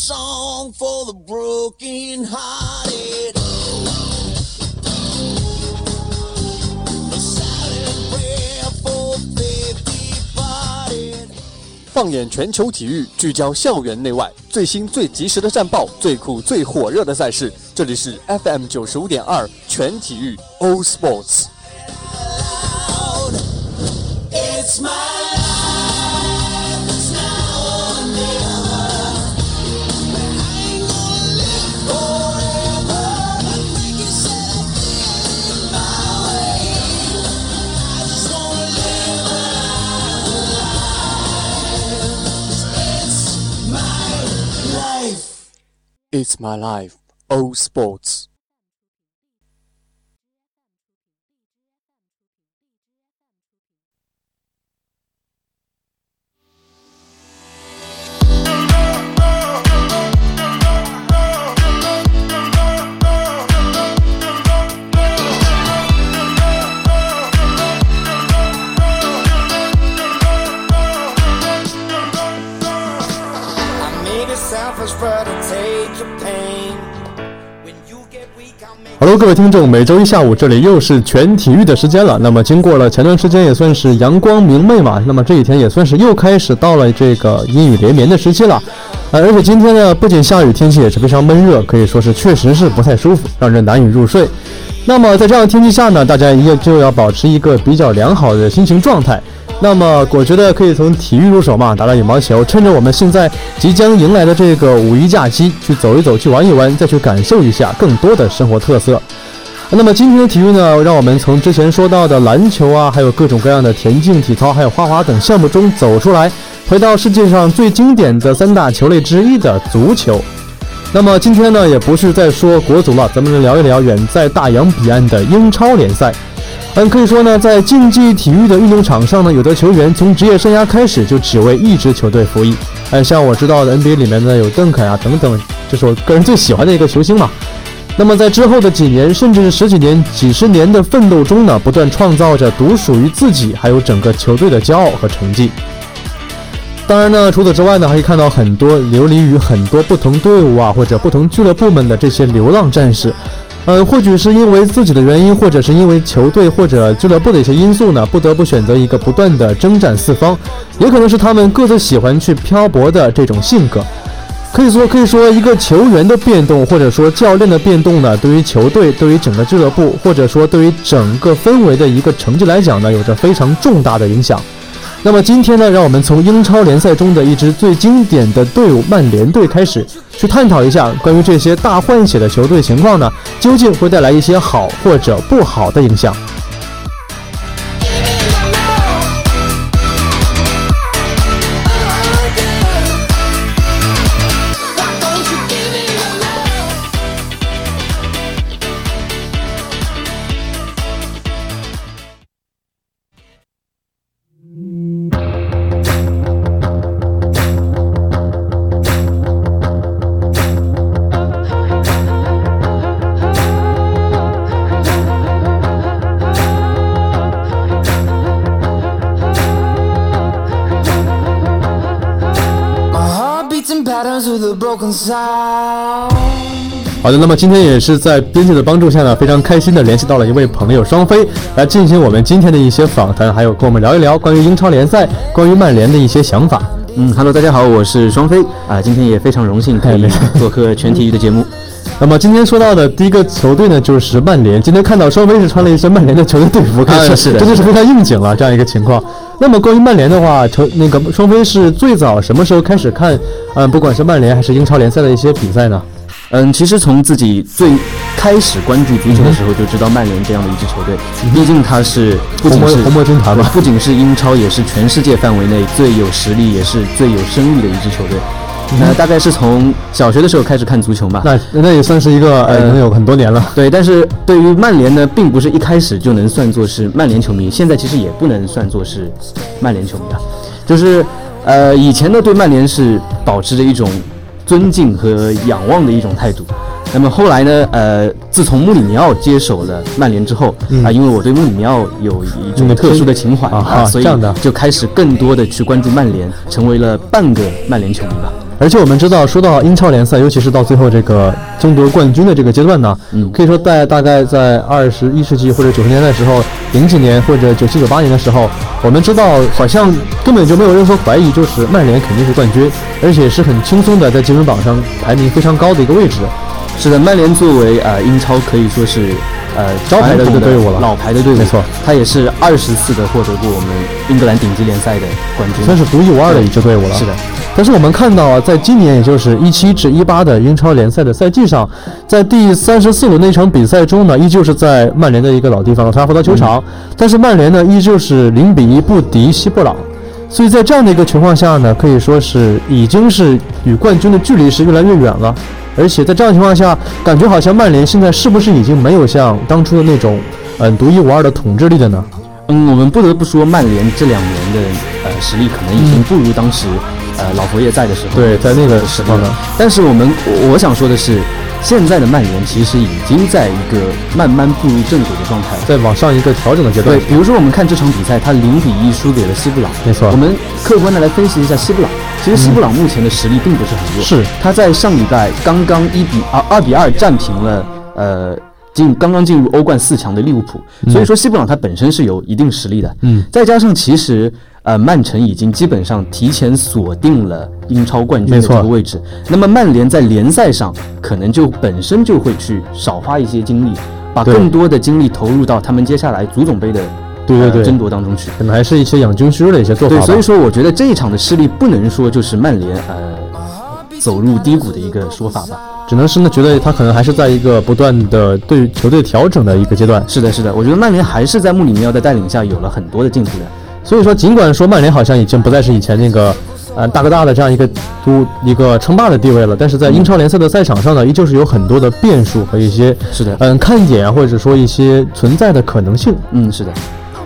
song for the broken hearted. A silent prayer for faith departed. 放眼全球体育，聚焦校园内外，最新最及时的战报，最酷最火热的赛事。这里是 FM 95.2全体育 All Sports。 It's my life, it's now or never. I ain't gonna live forever. Like you said, I my way. I just wanna live my life. It's my life, All Sports。 Hello， 各位听众，每周一下午这里又是全体育的时间了。那么经过了前段时间也算是阳光明媚嘛，那么这几天也算是又开始到了这个阴雨连绵的时期了。而且今天呢，不仅下雨，天气也是非常闷热，可以说是确实是不太舒服，让人难以入睡。那么在这样的天气下呢，大家也就要保持一个比较良好的心情状态。那么我觉得可以从体育入手嘛，打打羽毛球，趁着我们现在即将迎来的这个五一假期，去走一走，去玩一玩，再去感受一下更多的生活特色。那么今天的体育呢，让我们从之前说到的篮球啊，还有各种各样的田径、体操，还有花滑等项目中走出来，回到世界上最经典的三大球类之一的足球。那么今天呢，也不是在说国足了，咱们聊一聊远在大洋彼岸的英超联赛。可以说呢，在竞技体育的运动场上呢，有的球员从职业生涯开始就只为一支球队服役。像我知道的 NBA 里面呢，有邓肯啊等等，这是我个人最喜欢的一个球星嘛。那么在之后的几年，甚至是十几年、几十年的奋斗中呢，不断创造着独属于自己还有整个球队的骄傲和成绩。当然呢，除此之外呢，还可以看到很多流离于很多不同队伍啊或者不同俱乐部们的这些流浪战士。或许是因为自己的原因，或者是因为球队或者俱乐部的一些因素呢，不得不选择一个不断的征战四方，也可能是他们各自喜欢去漂泊的这种性格。可以说一个球员的变动，或者说教练的变动呢，对于球队、对于整个俱乐部，或者说对于整个氛围的一个成绩来讲呢，有着非常重大的影响。那么今天呢，让我们从英超联赛中的一支最经典的队伍曼联队开始，去探讨一下关于这些大换血的球队情况呢，究竟会带来一些好或者不好的影响。好的，那么今天也是在编辑的帮助下呢，非常开心的联系到了一位朋友双飞，来进行我们今天的一些访谈，还有跟我们聊一聊关于英超联赛、关于曼联的一些想法。 Hello， 大家好，我是双飞今天也非常荣幸可以做客全体育的节目。 那么今天说到的第一个球队呢，就是曼联。今天看到双飞是穿了一身曼联的球队队服， 是的， 真的是非常应景了这样一个情况。那么关于曼联的话，那个双飞是最早什么时候开始看不管是曼联还是英超联赛的一些比赛呢？ 其实从自己最开始关注足球的时候就知道曼联这样的一支球队，毕竟它是不仅是红魔军团嘛， 不仅是英超，也是全世界范围内最有实力也是最有声誉的一支球队。大概是从小学的时候开始看足球嘛， 那也算是一个能有很多年了。 对，但是对于曼联呢，并不是一开始就能算作是曼联球迷，现在其实也不能算作是曼联球迷了。就是以前呢，对曼联是保持着一种尊敬和仰望的一种态度。那么后来呢，自从穆里尼奥接手了曼联之后，因为我对穆里尼奥有一种特殊的情怀所以就开始更多的去关注曼联，成为了半个曼联球迷吧。 而且我们知道，说到英超联赛，尤其是到最后这个争夺冠军的这个阶段呢，可以说大概在21世纪或者90年代的时候，00几年或者97、98年的时候，我们知道好像根本就没有任何怀疑，就是曼联肯定是冠军，而且是很轻松的在积分榜上排名非常高的一个位置。 是的，曼联作为英超可以说是招牌的一个队伍了， 老牌的队伍， 没错， 他也是20次的获得过我们英格兰顶级联赛的冠军， 算是独一无二的一支队伍了。 是的， 但是我们看到啊，在今年也就是17至18的英超联赛的赛季上，在第34轮那场比赛中呢，依旧是在曼联的一个老地方特拉福德球场，但是曼联呢依旧是0-1不敌西布朗。所以在这样的一个情况下呢，可以说是已经是与冠军的距离是越来越远了。而且在这样的情况下，感觉好像曼联现在是不是已经没有像当初的那种独一无二的统治力的呢？ 我们不得不说，曼联这2年的实力可能已经不如当时老佛爷在的时候。 对，在那个时候呢。 但是我想说的是，现在的曼联其实已经在一个慢慢步入正轨的状态， 在往上一个调整的阶段。 对，比如说我们看这场比赛，他0-1输给了西布朗。 没错。我们客观的来分析一下西布朗。其实西布朗目前的实力并不是很弱， 是他在上礼拜刚刚2-2战平了刚刚进入欧冠4强的利物浦，所以说西布朗他本身是有一定实力的，再加上其实曼城已经基本上提前锁定了英超冠军的这个位置，那么曼联在联赛上可能就本身就会去少花一些精力，把更多的精力投入到他们接下来足总杯的争夺当中去， 可能还是一些养精蓄锐的一些做法吧。 对，所以说我觉得这一场的失利不能说就是曼联走入低谷的一个说法吧， 只能是呢觉得他可能还是在一个不断的对球队调整的一个阶段。 是的，我觉得曼联还是在穆里尼奥的带领下有了很多的进步的。 所以说，尽管说曼联好像已经不再是以前那个大哥大的这样一个称霸的地位了，但是在英超联赛的赛场上呢，依旧是有很多的变数和一些看点啊，或者说一些存在的可能性。 是的。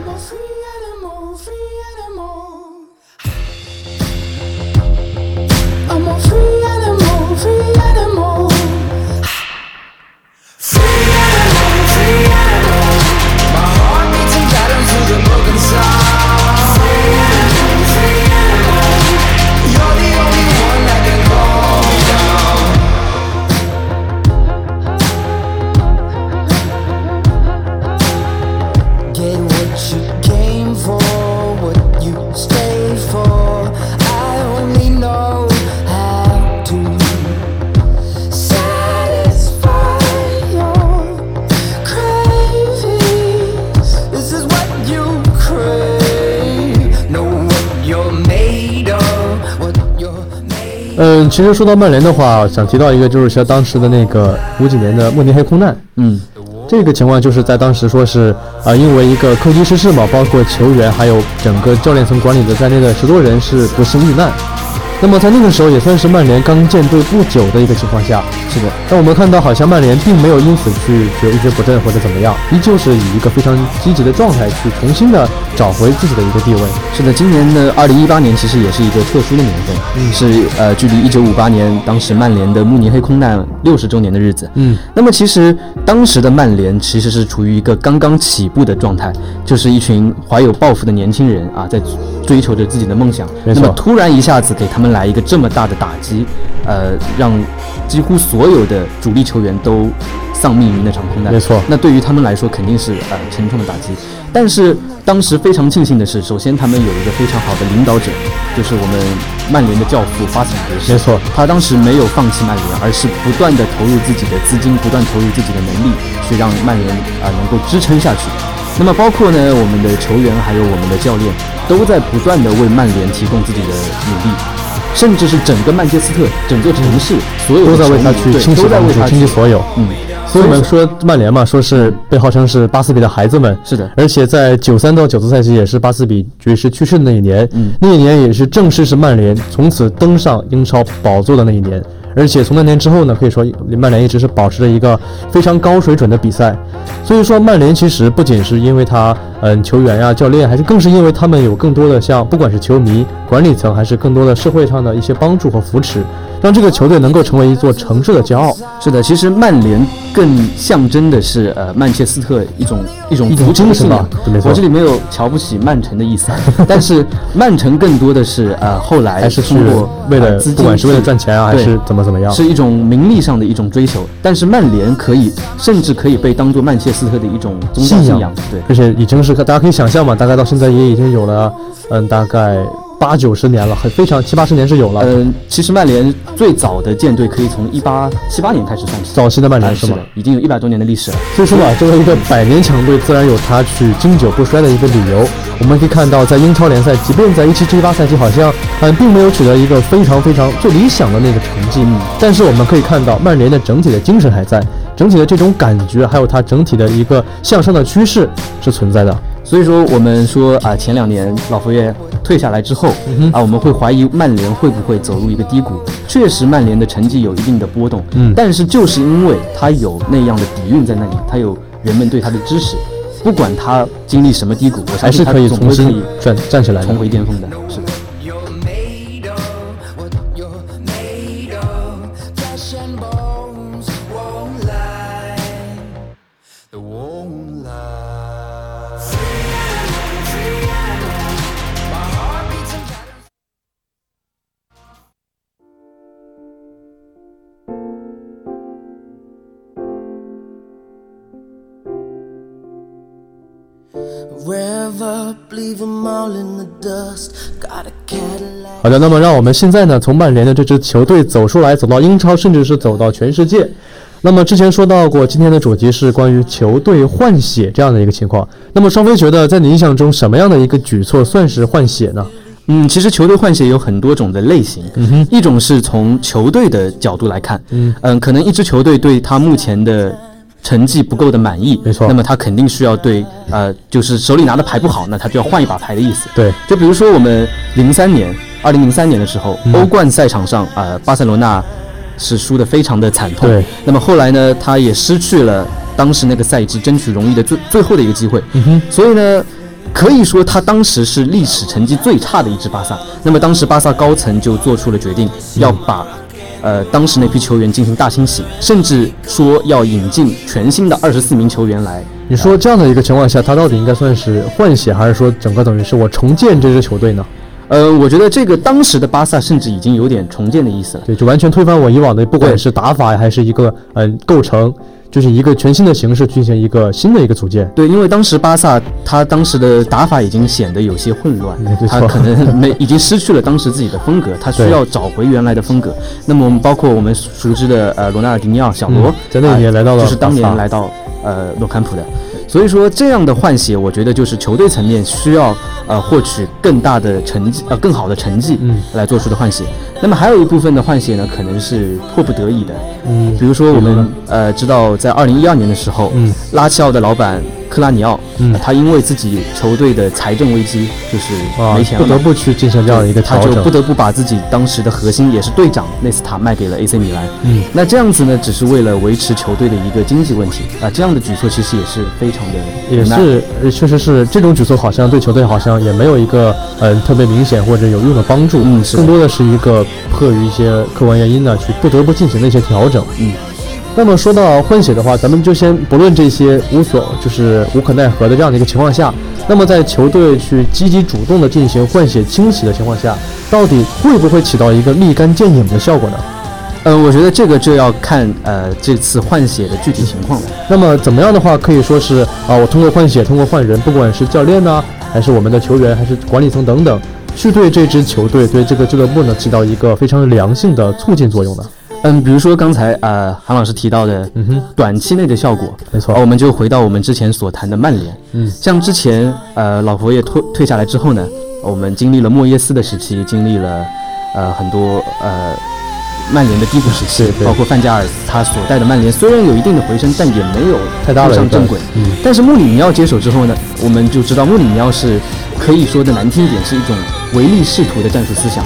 其实说到曼联的话，想提到一个就是像当时的那个50几年的慕尼黑空难。这个情况就是在当时说是因为一个客机失事嘛，包括球员还有整个教练层管理的在内的10多人是不幸遇难。那么在那个时候也算是曼联刚建队不久的一个情况下。 是的， 但我们看到好像曼联并没有因此去一蹶不振或者怎么样，依旧是以一个非常积极的状态去重新的找回自己的一个地位。 是的，今年的2018年其实也是一个特殊的年份，是距离1958年当时曼联的慕尼黑空难60周年的日子。那么其实当时的曼联其实是处于一个刚刚起步的状态，就是一群怀有抱负的年轻人在追求着自己的梦想。那么突然一下子给他们来一个这么大的打击，让几乎所有的主力球员都丧命于那场空难。 没错， 那对于他们来说肯定是沉重的打击。但是当时非常庆幸的是，首先他们有一个非常好的领导者，就是我们曼联的教父巴斯滕德斯。 没错， 他当时没有放弃曼联，而是不断的投入自己的资金，不断投入自己的能力，去让曼联能够支撑下去。那么包括呢我们的球员还有我们的教练都在不断的为曼联提供自己的努力，甚至是整个曼彻斯特整座城市所有的都在为他去倾其所有。所以我们说曼联嘛，说是被号称是巴斯比的孩子们。 是的， 而且在93到94赛季也是巴斯比爵士去世的那一年，那一年也是正式是曼联从此登上英超宝座的那一年。而且从那年之后呢，可以说曼联一直是保持着一个非常高水准的比赛。所以说曼联其实不仅是因为他球员呀、教练，还是更是因为他们有更多的像不管是球迷、管理层，还是更多的社会上的一些帮助和扶持，让这个球队能够成为一座城市的骄傲。 是的，其实曼联更象征的是曼彻斯特一种精神吧。没错， 我这里没有瞧不起曼城的意思，但是曼城更多的是后来还是通过为了不管是为了赚钱啊，还是怎么样， 是一种名利上的一种追求。但是曼联甚至可以被当作曼彻斯特的一种宗教信仰，对， 而且已经是大家可以想象嘛，大概到现在也已经有了大概80-90年了，7、80年是有了。 其实曼联最早的建队可以从1878年开始算起， 早期的曼联是吗？ 已经有100多年的历史了。 所以说嘛，作为一个100年强队，自然有它去经久不衰的一个理由。我们可以看到，在英超联赛，即便在17-18赛季好像并没有取得一个非常最理想的那个成绩，但是我们可以看到曼联的整体的精神还在，整体的这种感觉，还有它整体的一个向上的趋势是存在的。 所以说我们说前2年老佛爷退下来之后我们会怀疑曼联会不会走入一个低谷。确实曼联的成绩有一定的波动，但是就是因为他有那样的底蕴在那里，他有人们对他的支持，不管他经历什么低谷，我还是可以重新站起来， 重回巅峰的。是的。 好的，那么让我们现在呢，从曼联的这支球队走出来，走到英超，甚至是走到全世界。那么之前说到过，今天的主题是关于球队换血这样的一个情况。那么双飞觉得，在你印象中，什么样的一个举措算是换血呢？ 其实球队换血有很多种的类型，一种是从球队的角度来看，可能一支球队对他目前的成绩不够的满意， 没错， 那么他肯定需要对就是手里拿的牌不好，那他就要换一把牌的意思。 对， 就比如说我们2003年的时候，欧冠赛场上巴塞罗那是输得非常的惨痛。 对， 那么后来呢，他也失去了当时那个赛季争取荣誉的最后的一个机会。所以呢，可以说他当时是历史成绩最差的一支巴萨。那么当时巴萨高层就做出了决定，要把当时那批球员进行大清洗，甚至说要引进全新的24名球员来。 你说这样的一个情况下，他到底应该算是换血，还是说整个等于是我重建这支球队呢？ 我觉得这个当时的巴萨甚至已经有点重建的意思了。 对，就完全推翻我以往的，不管是打法还是一个构成，就是一个全新的形式进行一个新的一个组建。 对，因为当时巴萨他当时的打法已经显得有些混乱，他可能已经失去了当时自己的风格，他需要找回原来的风格。那么我们包括我们熟知的罗纳尔迪尼奥、小罗， 在那一年来到了就是当年来到诺坎普的。所以说这样的换血，我觉得就是球队层面需要获取更大的成绩更好的成绩来做出的换血。那么还有一部分的换血呢，可能是迫不得已的。比如说我们知道在2012年的时候，拉齐奥的老板克拉尼奥，他因为自己球队的财政危机，就是没钱了， 不得不去进行这样的一个调整， 他就不得不把自己当时的核心也是队长内斯塔卖给了 AC 米兰。那这样子呢，只是为了维持球队的一个经济问题这样的举措其实也是非常的也是确实是这种举措好像对球队好像也没有一个特别明显或者有用的帮助，更多的是一个迫于一些客观原因呢，去不得不进行的一些调整。那么说到换血的话，咱们就先不论这些就是无可奈何的这样的一个情况下，那么在球队去积极主动的进行换血清洗的情况下，到底会不会起到一个立竿见影的效果呢？ 我觉得这个就要看这次换血的具体情况了。 那么怎么样的话，可以说是我通过换血，通过换人，不管是教练呢，还是我们的球员，还是管理层等等，去对这支球队、对这个俱乐部呢，起到一个非常良性的促进作用呢？ 比如说刚才韩老师提到的短期内的效果， 没错， 我们就回到我们之前所谈的曼联。像之前老佛爷退下来之后呢，我们经历了莫耶斯的时期，经历了很多曼联的低谷时期，包括范加尔他所带的曼联虽然有一定的回升，但也没有太大的上正轨。但是穆里尼奥接手之后呢，我们就知道穆里尼奥是可以说的难听一点，是一种唯利是图的战术思想。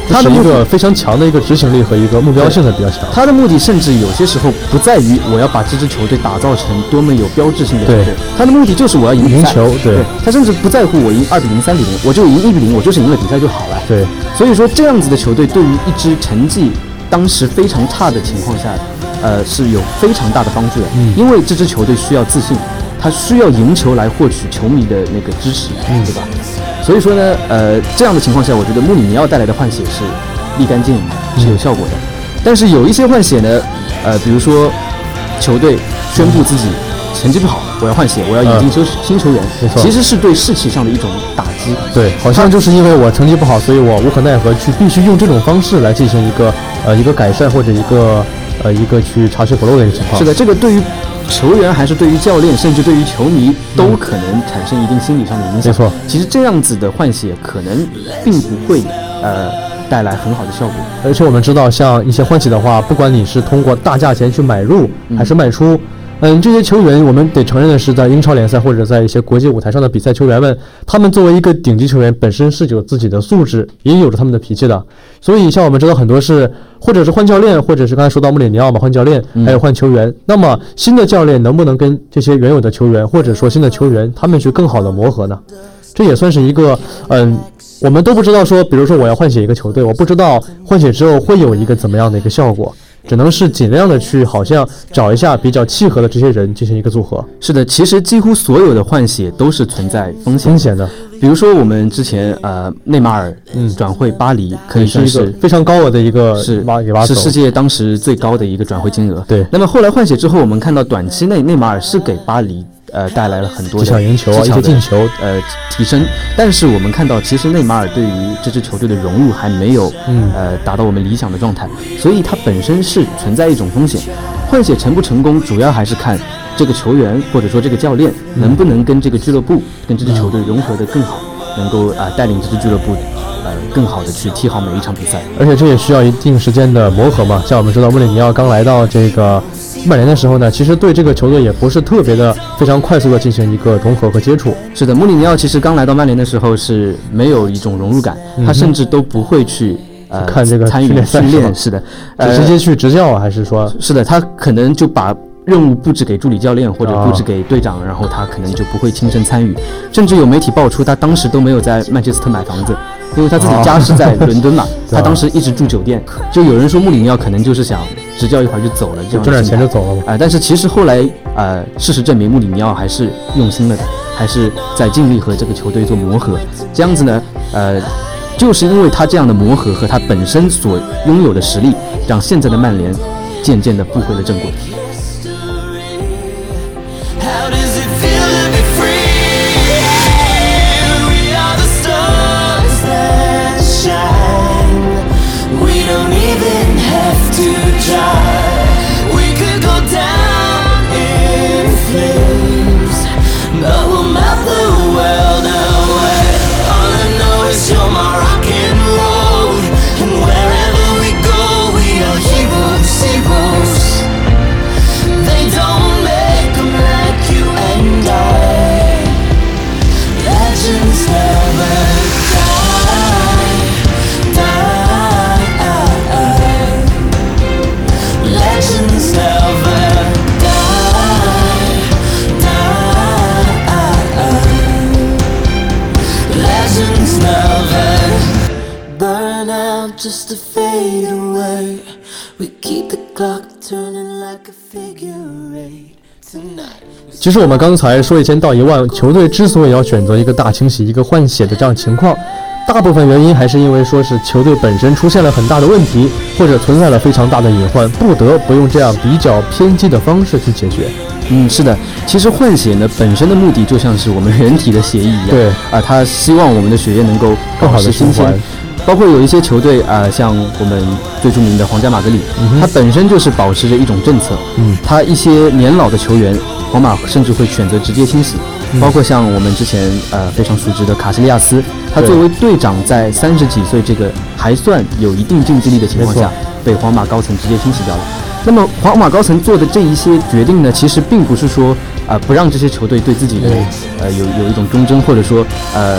他的一个非常强的一个执行力和一个目标性的比较强。 他的目的甚至有些时候不在于我要把这支球队打造成多么有标志性的球队，他的目的就是我要赢球。对， 他甚至不在乎我赢2-0、3-0，我就赢1-0，我就是赢了比赛就好了。 对， 所以说这样子的球队对于一支成绩当时非常差的情况下，是有非常大的帮助的。因为这支球队需要自信，他需要赢球来获取球迷的那个支持，对吧？所以说呢，这样的情况下，我觉得穆里尼奥带来的换血是立竿见影的，是有效果的。但是有一些换血呢，比如说球队宣布自己成绩不好，我要换血，我要引进新球员，其实是对士气上的一种打击。 对，好像就是因为我成绩不好，所以我无可奈何必须用这种方式来进行一个改善或者一个去查缺补漏的一个情况。 是的，这个对于球员还是对于教练，甚至对于球迷都可能产生一定心理上的影响。 没错， 其实这样子的换血可能并不会带来很好的效果。 而且我们知道，像一些换血的话，不管你是通过大价钱去买入还是卖出，这些球员我们得承认的是，在英超联赛或者在一些国际舞台上的比赛球员们，他们作为一个顶级球员，本身是有自己的素质，也有着他们的脾气的。所以像我们知道很多是或者是换教练，或者是刚才说到穆里尼奥嘛，换教练，还有换球员。那么新的教练能不能跟这些原有的球员，或者说新的球员，他们去更好的磨合呢？这也算是一个我们都不知道说，比如说我要换血一个球队，我不知道换血之后会有一个怎么样的一个效果，只能是尽量的去好像找一下比较契合的这些人进行一个组合。 是的，其实几乎所有的换血都是存在风险的。比如说我们之前内马尔转会巴黎，可以算是一个非常高额的一个是世界当时最高的一个转会金额。 对。 那么后来换血之后，我们看到短期内内马尔是给巴黎带来了很多的技巧赢球一些进球提升，但是我们看到其实内马尔对于这支球队的融入还没有达到我们理想的状态，所以它本身是存在一种风险。换血成不成功，主要还是看这个球员或者说这个教练能不能跟这个俱乐部跟这支球队融合得更好，能够带领这支俱乐部更好的去踢好每一场比赛。 而且这也需要一定时间的磨合嘛。像我们知道穆里尼奥刚来到这个曼联的时候呢，其实对这个球队也不是特别的非常快速的进行一个融合和接触。 是的，穆里尼奥其实刚来到曼联的时候是没有一种融入感，他甚至都不会去看这个参与训练。是的， 直接去执教还是说？ 是的，他可能就把任务布置给助理教练或者布置给队长，然后他可能就不会亲身参与。甚至有媒体爆出他当时都没有在曼彻斯特买房子，因为他自己家是在伦敦嘛，他当时一直住酒店。就有人说穆里尼奥可能就是想执教一会儿就走了，这样赚点钱就走了嘛。 但是其实后来事实证明穆里尼奥还是用心了的，还是在尽力和这个球队做磨合。这样子呢，就是因为他这样的磨合和他本身所拥有的实力，让现在的曼联渐渐地步回了正轨。 Just to fade away. We keep the clock turning like a figure eight tonight. 其实我们刚才说1000到1万，球队之所以要选择一个大清洗、一个换血的这样情况，大部分原因还是因为说是球队本身出现了很大的问题，或者存在了非常大的隐患，不得不用这样比较偏激的方式去解决。 是的，其实换血呢本身的目的就像是我们人体的血液一样， 对他希望我们的血液能够更好的新鲜。包括有一些球队像我们最著名的皇家马德里，它本身就是保持着一种政策，它一些年老的球员，皇马甚至会选择直接清洗。包括像我们之前非常熟知的卡西利亚斯，他作为队长在30几岁这个还算有一定竞技力的情况下，被皇马高层直接清洗掉了。那么皇马高层做的这一些决定呢，其实并不是说不让这些球队对自己的有一种忠贞，或者说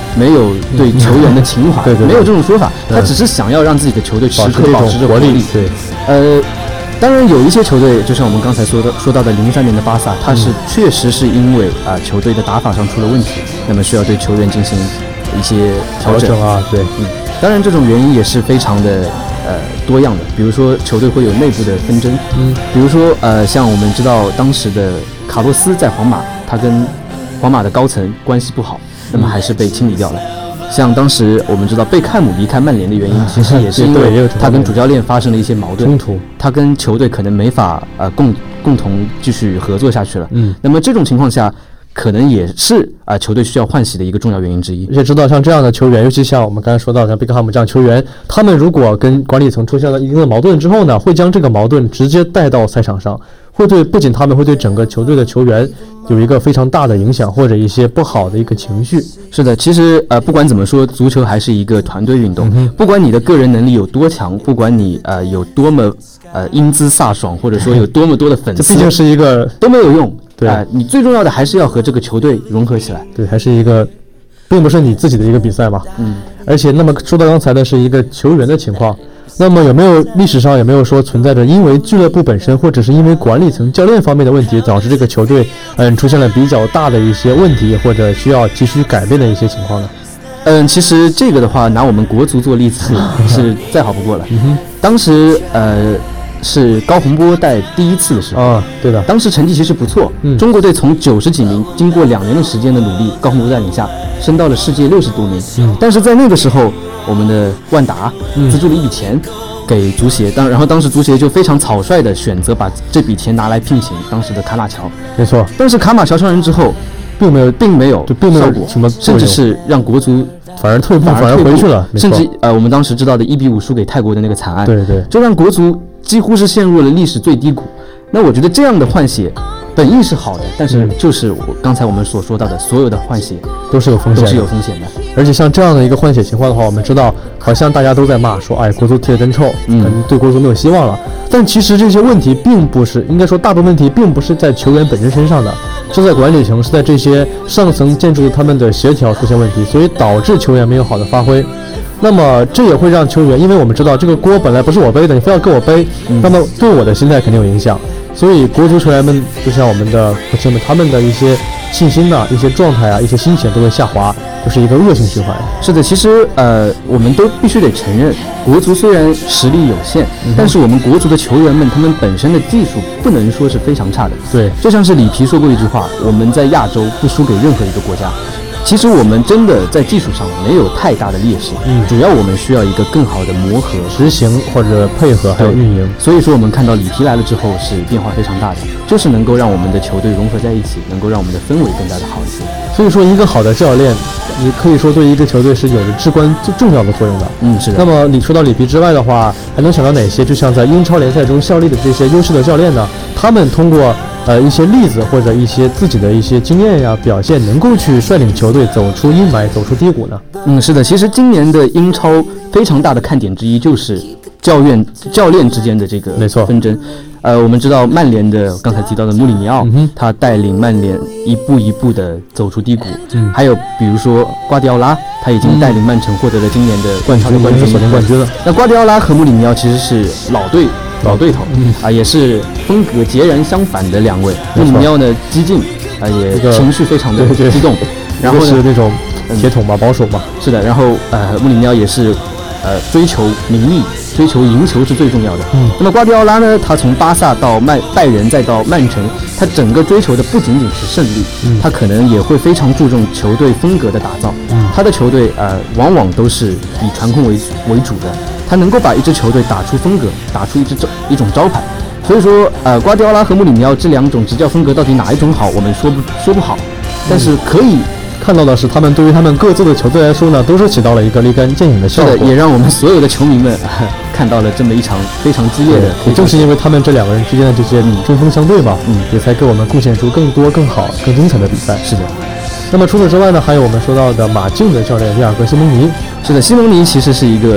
没有对球员的情怀， 对， 没有这种说法，他只是想要让自己的球队时刻保持着活力。 对， 当然有一些球队，就像我们刚才说到的03年的巴萨，它是确实是因为球队的打法上出了问题，那么需要对球员进行一些调整啊。对， 当然这种原因也是非常的多样的，比如说球队会有内部的纷争，比如说像我们知道当时的卡洛斯在皇马，他跟皇马的高层关系不好，那么还是被清理掉了。像当时我们知道贝克汉姆离开曼联的原因，其实也是因为他跟主教练发生了一些矛盾冲突，他跟球队可能没法共同继续合作下去了。那么这种情况下，可能也是球队需要换血的一个重要原因之一。 而且知道像这样的球员，尤其像我们刚才说到像贝克汉姆这样球员，他们如果跟管理层出现了一定的矛盾之后呢，会将这个矛盾直接带到赛场上，不仅他们会对整个球队的球员有一个非常大的影响，或者一些不好的一个情绪。 是的，其实不管怎么说，足球还是一个团队运动，不管你的个人能力有多强，不管你有多么英姿飒爽，或者说有多么多的粉丝， 这毕竟是一个都没有用。 对， 你最重要的还是要和这个球队融合起来。 对，还是一个，并不是你自己的一个比赛嘛。而且那么说到刚才的是一个球员的情况，那么历史上有没有说存在着因为俱乐部本身或者是因为管理层教练方面的问题，导致这个球队出现了比较大的一些问题，或者需要急需改变的一些情况呢？ 其实这个的话，拿我们国足做例子是再好不过了。当时是高洪波带第一次的时候对的， 当时成绩其实不错，中国队从90几名，经过2年的时间的努力，高洪波带领下升到了世界60多名。但是在那个时候，我们的万达资助了一笔钱给足协，然后当时足协就非常草率的选择把这笔钱拿来聘请当时的卡马乔。 没错， 但是卡马乔上任之后，并没有效果， 什么， 甚至是让国足反而退步，反而回去了。 甚至我们当时知道的1-5输给泰国的那个惨案， 对， 就让国足几乎是陷入了历史最低谷。那我觉得这样的换血本意是好的，但是就是刚才我们所说到的，所有的换血都是有风险的。而且像这样的一个换血情况的话，我们知道好像大家都在骂说，国足踢得真臭，可能对国足没有希望了。但其实这些问题并不是，应该说大部分问题并不是在球员本身身上的，是在管理层，是在这些上层建筑他们的协调出现问题，所以导致球员没有好的发挥。那么这也会让球员，因为我们知道这个锅本来不是我背的，你非要跟我背，那么对我的心态肯定有影响。所以国足球员们就像我们的国青们，他们的一些信心一些状态一些心情都会下滑，就是一个恶性循环。 是的，其实我们都必须得承认，国足虽然实力有限，但是我们国足的球员们他们本身的技术不能说是非常差的。 对， 就像是里皮说过一句话，我们在亚洲不输给任何一个国家。其实我们真的在技术上没有太大的劣势，主要我们需要一个更好的磨合、 执行或者配合还有运营。 所以说我们看到里皮来了之后是变化非常大的，就是能够让我们的球队融合在一起，能够让我们的氛围更加的好一些。 所以说一个好的教练，你可以说对一个球队是有着至关重要的作用的。 是的。 那么你说到里皮之外的话，还能想到哪些就像在英超联赛中效力的这些优秀的教练呢？他们通过一些例子或者一些自己的一些经验表现，能够去率领球队走出阴霾，走出低谷呢？ 是的，其实今年的英超非常大的看点之一就是教练之间的这个纷争。我们知道曼联的刚才提到的穆里尼奥，他带领曼联一步一步的走出低谷。还有比如说瓜迪奥拉，他已经带领曼城获得了今年的冠军了。那瓜迪奥拉和穆里尼奥其实是老对头也是风格截然相反的两位。穆里尼奥呢激进也情绪非常的激动，然后是那种铁桶保守嘛。 是的，然后穆里尼奥也是追求名利，追求赢球是最重要的。那么瓜迪奥拉呢，他从巴萨到拜仁再到曼城，他整个追求的不仅仅是胜利，他可能也会非常注重球队风格的打造。他的球队往往都是以传控为主的，他能够把一支球队打出风格，打出一种招牌。所以说瓜迪奥拉和穆里尼奥这两种执教风格到底哪一种好，我们说不好，但是可以看到的是，他们对于他们各自的球队来说呢，都是起到了一个立竿见影的效果。 是的，也让我们所有的球迷们看到了这么一场非常激烈的。 也正是因为他们这两个人之间的这些针锋相对吧，也才给我们贡献出更多、更好、更精彩的比赛。 是的。 那么除此之外呢，还有我们说到的马竞的教练里尔格·西蒙尼。 是的，西蒙尼其实是一个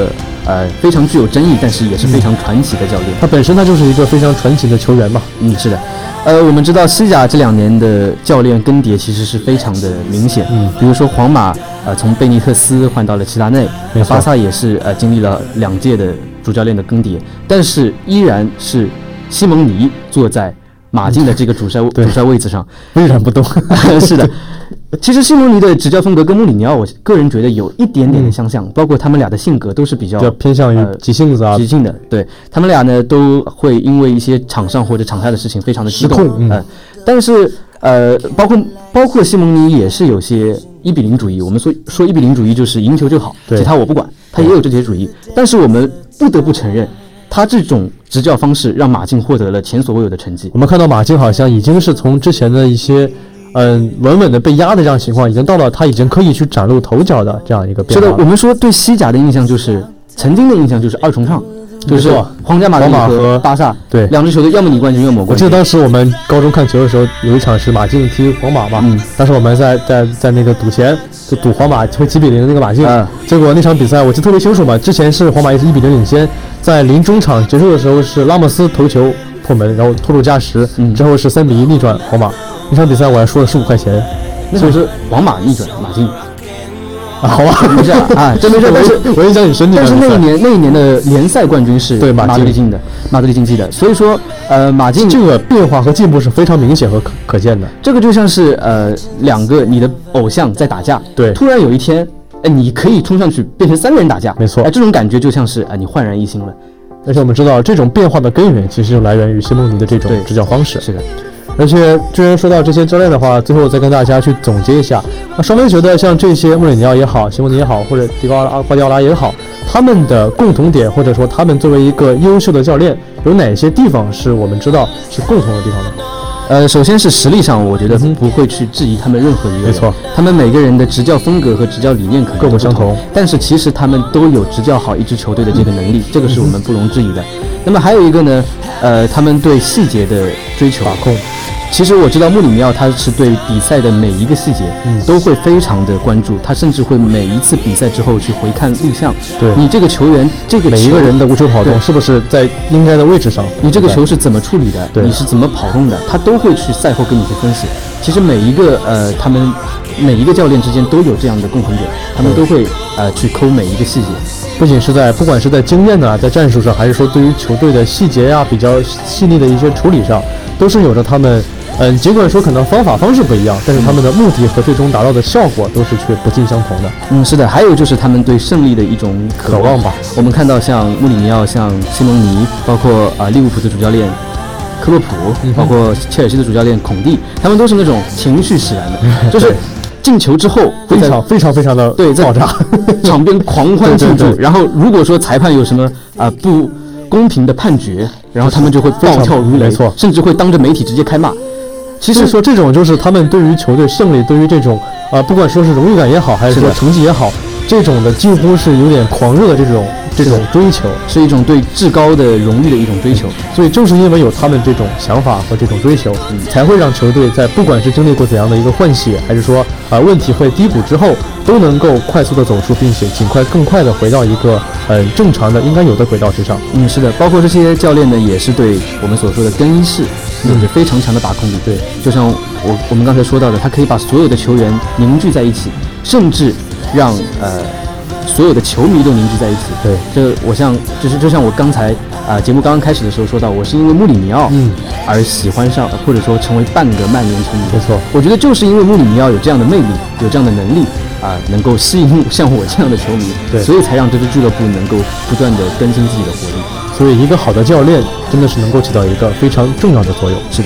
非常具有争议，但是也是非常传奇的教练。 他本身就是一个非常传奇的球员嘛。 是的。我们知道西甲这2年的教练更迭其实是非常的明显。比如说皇马从贝尼特斯换到了齐达内，巴萨也是经历了2届的主教练的更迭，但是依然是西蒙尼坐在马竞的这个主帅位置上， 巍然不动。 是的。其实西蒙尼的执教风格跟穆里尼奥，我个人觉得有一点点的相像，包括他们俩的性格都是比较偏向于急性子啊， 急性的。对，他们俩呢都会因为一些场上或者场下的事情非常的激动。但是包括西蒙尼也是有些1比0主义。我们说1比0主义就是赢球就好，其他我不管，他也有这些主义。但是我们不得不承认，他这种执教方式让马竞获得了前所未有的成绩。 我们看到马竞好像已经是从之前的一些稳稳的被压的这样情况，已经到了他已经可以去崭露头角的这样一个变化。 是的，我们说对西甲的印象就是曾经的印象就是2重唱，就是皇家马德里和巴萨， 对 ，2支球队要么你冠军，要么我冠军。 我记得当时我们高中看球的时候，有一场是马竞踢皇马嘛，当时我们在那个赌钱，就赌皇马会7比0那个马竞，结果那场比赛我记得特别清楚嘛，之前是皇马也是1比0领先，在临中场结束的时候是拉莫斯头球破门，然后拖入加时，之后是3比1逆转皇马。那场比赛我还输了15块钱， 所以说皇马逆转马竞。 好吧， 没事啊，真没事。但是我印象很深， 但是那一年的联赛冠军是马德里竞技的，所以说马竞这个变化和进步是非常明显和可见的。 这个就像是2个你的偶像在打架， 对， 突然有一天你可以冲上去变成3个人打架， 没错， 这种感觉就像是你焕然一新了。 而且我们知道这种变化的根源其实就来源于西蒙尼的这种执教方式。 是的。 而且既然说到这些教练的话，最后再跟大家去总结一下。双飞觉得像这些穆里尼奥也好，西蒙尼也好，或者瓜迪奥拉也好，他们的共同点，或者说他们作为一个优秀的教练，有哪些地方是我们知道是共同的地方呢？ 首先是实力上，我觉得不会去质疑他们任何一个人。 没错， 他们每个人的执教风格和执教理念可能各不相同， 但是其实他们都有执教好一支球队的这个能力，这个是我们不容置疑的。那么还有一个呢，他们对细节的追求把控。 其实我知道穆里尼奥他是对比赛的每一个细节都会非常的关注，他甚至会每一次比赛之后去回看录像， 对你这个球员每一个人的无球跑动是不是在应该的位置上， 你这个球是怎么处理的，你是怎么跑动的，他都会去赛后跟你去分析。其实每一个他们每一个教练之间都有这样的共同点，他们都会去抠每一个细节， 不仅是不管是在经验呢，在战术上，还是说对于球队的细节呀比较细腻的一些处理上，都是有着他们尽管说可能方式不一样，但是他们的目的和最终达到的效果都是却不尽相同的。 是的，还有就是他们对胜利的一种渴望吧。我们看到像穆里尼奥、像西蒙尼，包括利物浦的主教练科洛普，包括切尔西的主教练孔蒂，他们都是那种情绪使然的，就是进球之后非常的爆炸， 场边狂欢庆祝。然后如果说裁判有什么不公平的判决，然后他们就会暴跳如雷，甚至会当着媒体直接开骂。 其实说这种就是他们对于球队胜利，对于这种不管说是荣誉感也好，还是说成绩也好，这种的几乎是有点狂热的这种追求， 是一种对至高的荣誉的一种追求。 所以正是因为有他们这种想法和这种追求，才会让球队在不管是经历过怎样的一个换血，还是说问题会低谷之后，都能够快速的走出，并且更快的回到一个正常的应该有的轨道之上。 是的，包括这些教练呢，也是对我们所说的更衣室有着非常强的把控力。 对， 就像我们刚才说到的，他可以把所有的球员凝聚在一起，甚至让所有的球迷都凝聚在一起。 对， 就像我刚才节目刚刚开始的时候说到，我是因为穆里尼奥而喜欢上，或者说成为半个曼联球迷。 没错， 我觉得就是因为穆里尼奥有这样的魅力，有这样的能力能够吸引像我这样的球迷， 对， 所以才让这支俱乐部能够不断的更新自己的活力。 所以一个好的教练真的是能够起到一个非常重要的作用。 是的。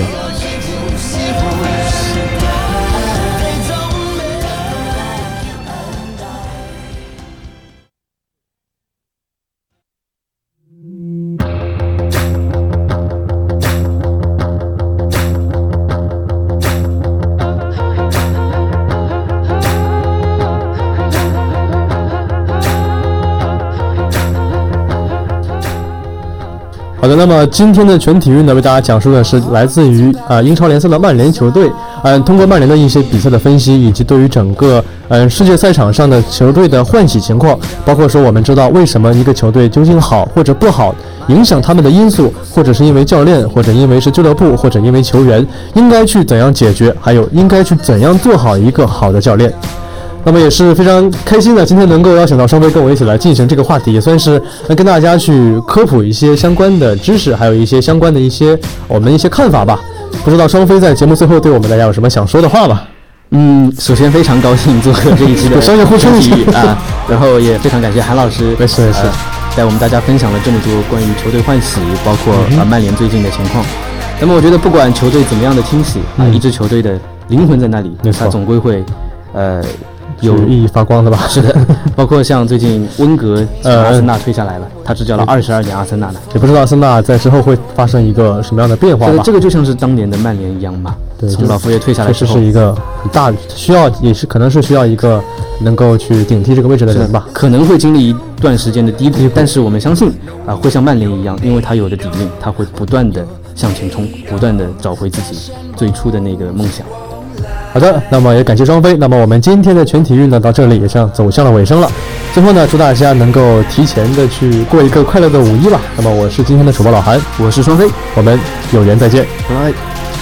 好的，那么今天的全体育呢，为大家讲述的是来自于英超联赛的曼联球队通过曼联的一些比赛的分析，以及对于整个世界赛场上的球队的换洗情况，包括说我们知道为什么一个球队究竟好或者不好，影响他们的因素，或者是因为教练，或者因为是俱乐部，或者因为球员，应该去怎样解决，还有应该去怎样做好一个好的教练。那么也是非常开心的，今天能够邀请到双飞跟我一起来进行这个话题，也算是跟大家去科普一些相关的知识，还有一些相关的我们一些看法吧。不知道双飞在节目最后对我们大家有什么想说的话吗？ 首先非常高兴做客这一期的商业互吹体育啊，然后也非常感谢韩老师， 没事带我们大家分享了这么多关于球队换洗，包括曼联最近的情况。那么我觉得不管球队怎么样的清洗一支球队的灵魂在那里，它总归会有熠熠发光的吧？ 是的，包括像最近温格从阿森纳退下来了，他执教了22年阿森纳的， 也不知道阿森纳在之后会发生一个什么样的变化吧？ 这个就像是当年的曼联一样嘛。 对， 从老佛爷退下来之后， 确实是一个很大需要，也是可能是需要一个能够去顶替这个位置的人吧。 可能会经历一段时间的低谷，但是我们相信会像曼联一样，因为他有的底蕴，他会不断的向前冲，不断的找回自己最初的那个梦想。 好的，那么也感谢双飞。那么我们今天的全体育呢，到这里也走向了尾声了。最后呢，祝大家能够提前的去过一个快乐的5·1吧。那么我是今天的主播老韩， 我是双飞， 我们有缘再见， 拜拜。